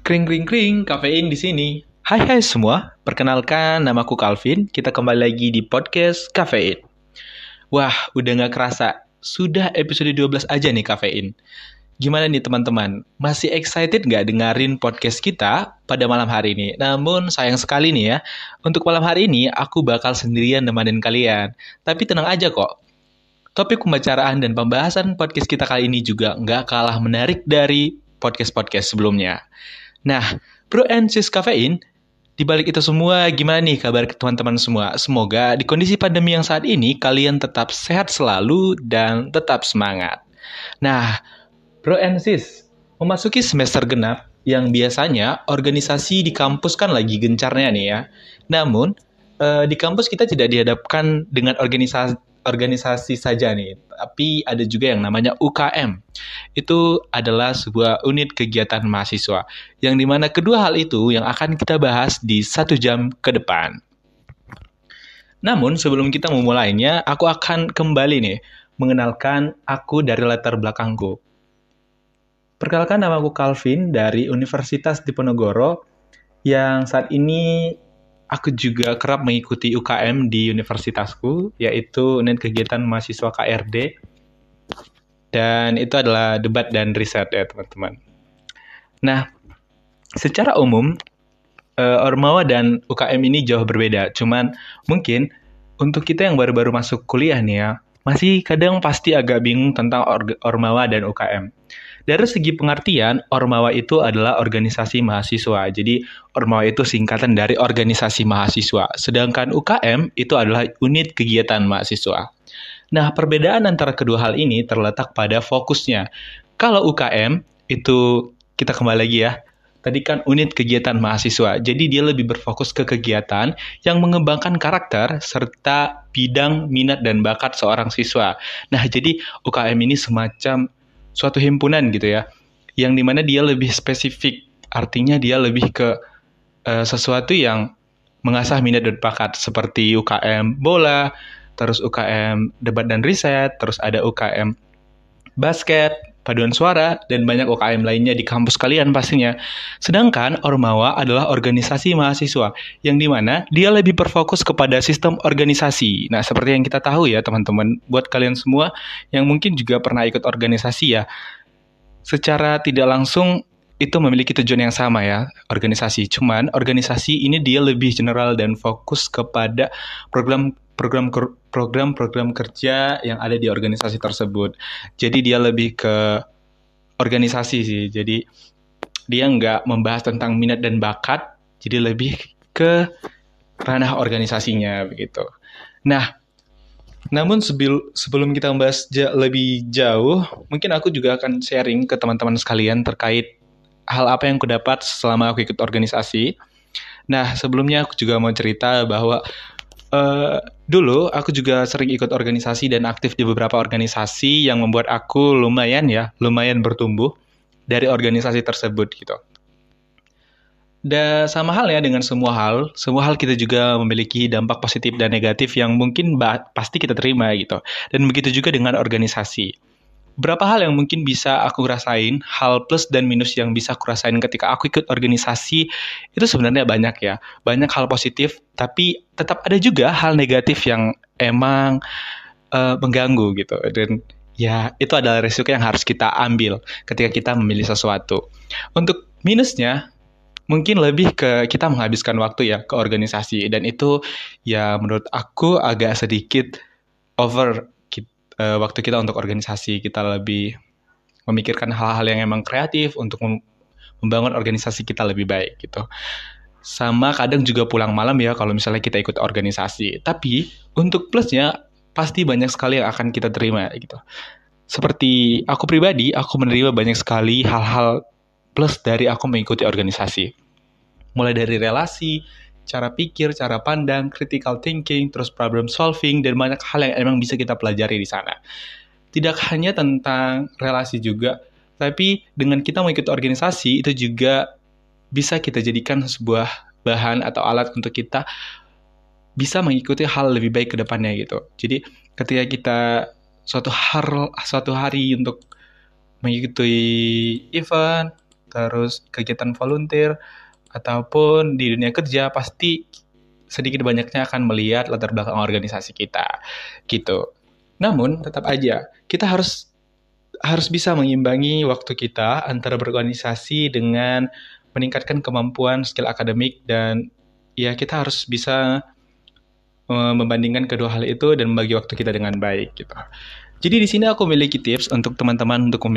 Kring kring kring, kafein di sini. Hai semua, perkenalkan namaku Calvin. Kita kembali lagi di podcast Kafein. Wah, udah gak kerasa, sudah episode 12 aja nih Kafein. Gimana nih teman-teman? Masih excited gak dengerin podcast kita pada malam hari ini? Namun sayang sekali nih ya, untuk malam hari ini aku bakal sendirian nemenin kalian. Tapi tenang aja kok. Topik pembicaraan dan pembahasan podcast kita kali ini juga gak kalah menarik dari podcast-podcast sebelumnya. Nah, Bro and Sis Kafein, di balik itu semua, gimana nih kabar teman-teman semua? Semoga di kondisi pandemi yang saat ini, kalian tetap sehat selalu dan tetap semangat. Nah, Bro and Sis, memasuki semester genap yang biasanya organisasi di kampus kan lagi gencarnya nih ya. Namun, di kampus kita tidak dihadapkan dengan organisasi saja nih, tapi ada juga yang namanya UKM. Itu adalah sebuah unit kegiatan mahasiswa, yang dimana kedua hal itu yang akan kita bahas di 1 jam ke depan. Namun sebelum kita memulainya, aku akan kembali nih, mengenalkan aku dari latar belakangku. Perkenalkan, namaku Calvin dari Universitas Diponegoro, yang saat ini aku juga kerap mengikuti UKM di universitasku, yaitu unit kegiatan mahasiswa KRD. Dan itu adalah debat dan riset ya teman-teman. Nah, secara umum, Ormawa dan UKM ini jauh berbeda. Cuman mungkin untuk kita yang baru-baru masuk kuliah nih ya, masih kadang pasti agak bingung tentang Ormawa dan UKM. Dari segi pengertian, Ormawa itu adalah organisasi mahasiswa. Jadi, Ormawa itu singkatan dari organisasi mahasiswa. Sedangkan UKM itu adalah unit kegiatan mahasiswa. Nah, perbedaan antara kedua hal ini terletak pada fokusnya. Kalau UKM, itu kita kembali lagi ya. Tadi kan unit kegiatan mahasiswa. Jadi, dia lebih berfokus ke kegiatan yang mengembangkan karakter serta bidang minat dan bakat seorang siswa. Nah, jadi UKM ini semacam suatu himpunan gitu ya, yang dimana dia lebih spesifik, artinya dia lebih ke sesuatu yang mengasah minat dan bakat, seperti UKM bola, terus UKM debat dan riset, terus ada UKM basket, paduan suara, dan banyak UKM lainnya di kampus kalian pastinya. Sedangkan Ormawa adalah organisasi mahasiswa, yang dimana dia lebih berfokus kepada sistem organisasi. Nah, seperti yang kita tahu ya teman-teman, buat kalian semua yang mungkin juga pernah ikut organisasi ya, secara tidak langsung itu memiliki tujuan yang sama ya, organisasi. Cuman organisasi ini dia lebih general dan fokus kepada program kerja yang ada di organisasi tersebut. Jadi dia lebih ke organisasi sih. Jadi dia nggak membahas tentang minat dan bakat, jadi lebih ke ranah organisasinya begitu. Nah, namun sebelum kita membahas lebih jauh, mungkin aku juga akan sharing ke teman-teman sekalian terkait hal apa yang aku dapat selama aku ikut organisasi. Nah, sebelumnya aku juga mau cerita bahwa dulu aku juga sering ikut organisasi dan aktif di beberapa organisasi yang membuat aku lumayan bertumbuh dari organisasi tersebut gitu. Dan sama halnya dengan semua hal kita juga memiliki dampak positif dan negatif yang mungkin pasti kita terima gitu. Dan begitu juga dengan organisasi. Berapa hal yang mungkin bisa aku rasain, hal plus dan minus yang bisa aku rasain ketika aku ikut organisasi, itu sebenarnya banyak ya. Banyak hal positif, tapi tetap ada juga hal negatif yang emang mengganggu gitu. Dan ya, itu adalah risiko yang harus kita ambil ketika kita memilih sesuatu. Untuk minusnya, mungkin lebih ke kita menghabiskan waktu ya ke organisasi. Dan itu ya menurut aku agak sedikit over waktu kita untuk organisasi. Kita lebih memikirkan hal-hal yang emang kreatif untuk membangun organisasi kita lebih baik gitu. Sama kadang juga pulang malam ya kalau misalnya kita ikut organisasi. Tapi untuk plusnya pasti banyak sekali yang akan kita terima gitu. Seperti aku pribadi, aku menerima banyak sekali hal-hal plus dari aku mengikuti organisasi. Mulai dari relasi, cara pikir, cara pandang, critical thinking, terus problem solving, dan banyak hal yang emang bisa kita pelajari di sana. Tidak hanya tentang relasi juga, tapi dengan kita mengikuti organisasi, itu juga bisa kita jadikan sebuah bahan atau alat untuk kita bisa mengikuti hal lebih baik ke depannya gitu. Jadi ketika kita suatu hari untuk mengikuti event, terus kegiatan volunteer, ataupun di dunia kerja, pasti sedikit banyaknya akan melihat latar belakang organisasi kita, gitu. Namun, tetap aja, kita harus bisa mengimbangi waktu kita antara berorganisasi dengan meningkatkan kemampuan skill akademik, dan ya kita harus bisa membandingkan kedua hal itu dan membagi waktu kita dengan baik gitu. Jadi di sini aku memiliki tips untuk teman-teman untuk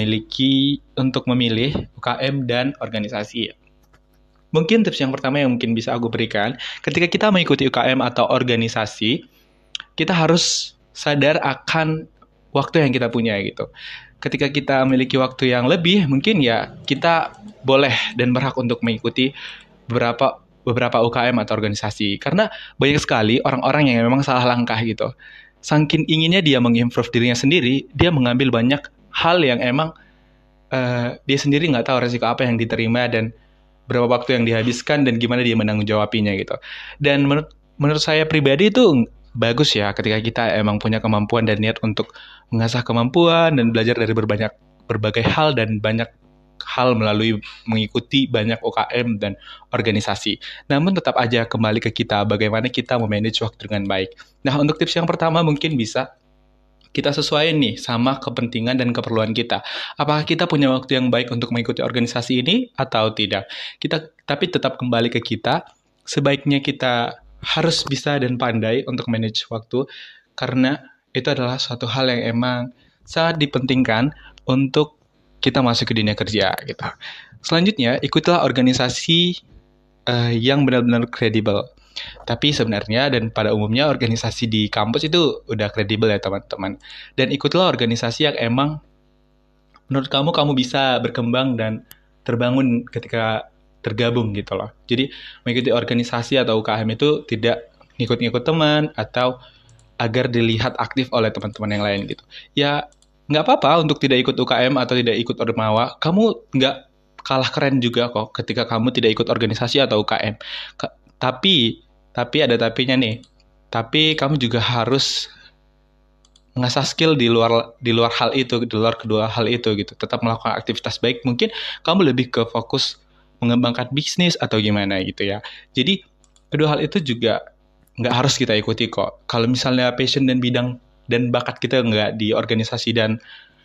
memilih UKM dan organisasi. Mungkin tips yang pertama yang mungkin bisa aku berikan, ketika kita mengikuti UKM atau organisasi, kita harus sadar akan waktu yang kita punya gitu. Ketika kita memiliki waktu yang lebih, mungkin ya kita boleh dan berhak untuk mengikuti beberapa UKM atau organisasi. Karena banyak sekali orang-orang yang memang salah langkah gitu. Saking inginnya dia mengimprove dirinya sendiri, dia mengambil banyak hal yang emang dia sendiri nggak tahu resiko apa yang diterima dan berapa waktu yang dihabiskan dan gimana dia menanggung-jawabinya gitu. Dan menurut saya pribadi itu bagus ya ketika kita emang punya kemampuan dan niat untuk mengasah kemampuan dan belajar dari berbagai hal dan banyak hal melalui mengikuti banyak UKM dan organisasi. Namun tetap aja kembali ke kita bagaimana kita memanage waktu dengan baik. Nah, untuk tips yang pertama mungkin bisa kita sesuaiin nih sama kepentingan dan keperluan kita. Apakah kita punya waktu yang baik untuk mengikuti organisasi ini atau tidak? Tapi tetap kembali ke kita, sebaiknya kita harus bisa dan pandai untuk manage waktu, karena itu adalah suatu hal yang emang sangat dipentingkan untuk kita masuk ke dunia kerja gitu. Selanjutnya, ikutilah organisasi yang benar-benar kredibel. Tapi sebenarnya dan pada umumnya organisasi di kampus itu udah kredibel ya teman-teman. Dan ikutilah organisasi yang emang menurut kamu bisa berkembang dan terbangun ketika tergabung gitu loh. Jadi mengikuti organisasi atau UKM itu tidak ngikut-ngikut teman atau agar dilihat aktif oleh teman-teman yang lain gitu. Ya nggak apa-apa untuk tidak ikut UKM atau tidak ikut Ormawa. Kamu nggak kalah keren juga kok ketika kamu tidak ikut organisasi atau UKM. Tapi ada tapinya nih. Tapi kamu juga harus mengasah skill di luar hal itu, di luar kedua hal itu gitu. Tetap melakukan aktivitas baik. Mungkin kamu lebih ke fokus mengembangkan bisnis atau gimana gitu ya. Jadi kedua hal itu juga nggak harus kita ikuti kok. Kalau misalnya passion dan bidang dan bakat kita nggak di organisasi dan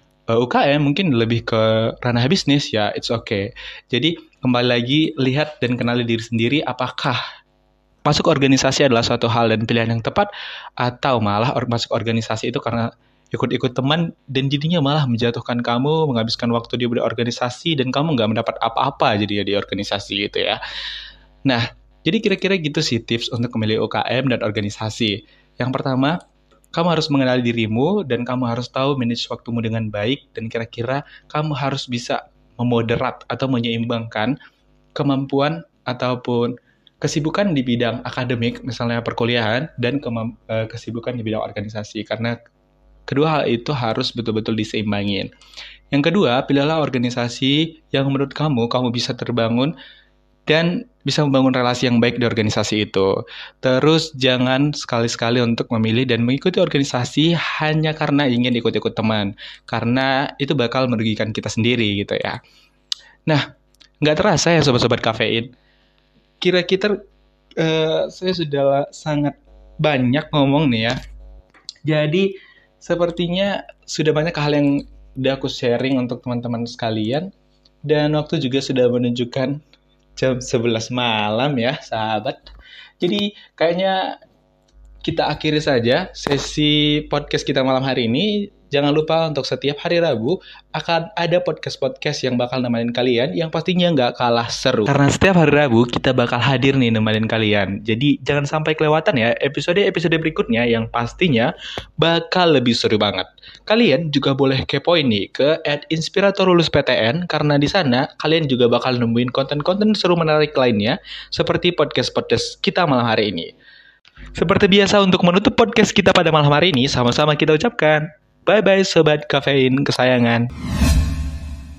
UKM, mungkin lebih ke ranah bisnis ya, it's okay. Jadi kembali lagi lihat dan kenali diri sendiri, apakah masuk organisasi adalah suatu hal dan pilihan yang tepat, atau malah masuk organisasi itu karena ikut-ikut teman dan jadinya malah menjatuhkan kamu, menghabiskan waktu di organisasi dan kamu nggak mendapat apa-apa jadinya di organisasi gitu ya. Nah, jadi kira-kira gitu sih tips untuk memilih UKM dan organisasi. Yang pertama, kamu harus mengenali dirimu dan kamu harus tahu manage waktumu dengan baik, dan kira-kira kamu harus bisa memoderat atau menyeimbangkan kemampuan ataupun kesibukan di bidang akademik, misalnya perkuliahan, dan kesibukan di bidang organisasi. Karena kedua hal itu harus betul-betul diseimbangin. Yang kedua, pilihlah organisasi yang menurut kamu bisa terbangun dan bisa membangun relasi yang baik di organisasi itu. Terus jangan sekali-sekali untuk memilih dan mengikuti organisasi hanya karena ingin ikut-ikut teman. Karena itu bakal merugikan kita sendiri gitu ya. Nah, nggak terasa ya sobat-sobat kafein. Kira-kira saya sudah sangat banyak ngomong nih ya. Jadi sepertinya sudah banyak hal yang udah aku sharing untuk teman-teman sekalian. Dan waktu juga sudah menunjukkan jam 11 malam ya sahabat. Jadi kayaknya kita akhiri saja sesi podcast kita malam hari ini. Jangan lupa untuk setiap hari Rabu akan ada podcast-podcast yang bakal nemenin kalian, yang pastinya nggak kalah seru. Karena setiap hari Rabu kita bakal hadir nih nemenin kalian. Jadi jangan sampai kelewatan ya episode-episode berikutnya yang pastinya bakal lebih seru banget. Kalian juga boleh kepoin nih ke @inspiratorlulusptn, karena di sana kalian juga bakal nemuin konten-konten seru menarik lainnya seperti podcast-podcast kita malam hari ini. Seperti biasa untuk menutup podcast kita pada malam hari ini, sama-sama kita ucapkan bye-bye sobat kafein kesayangan.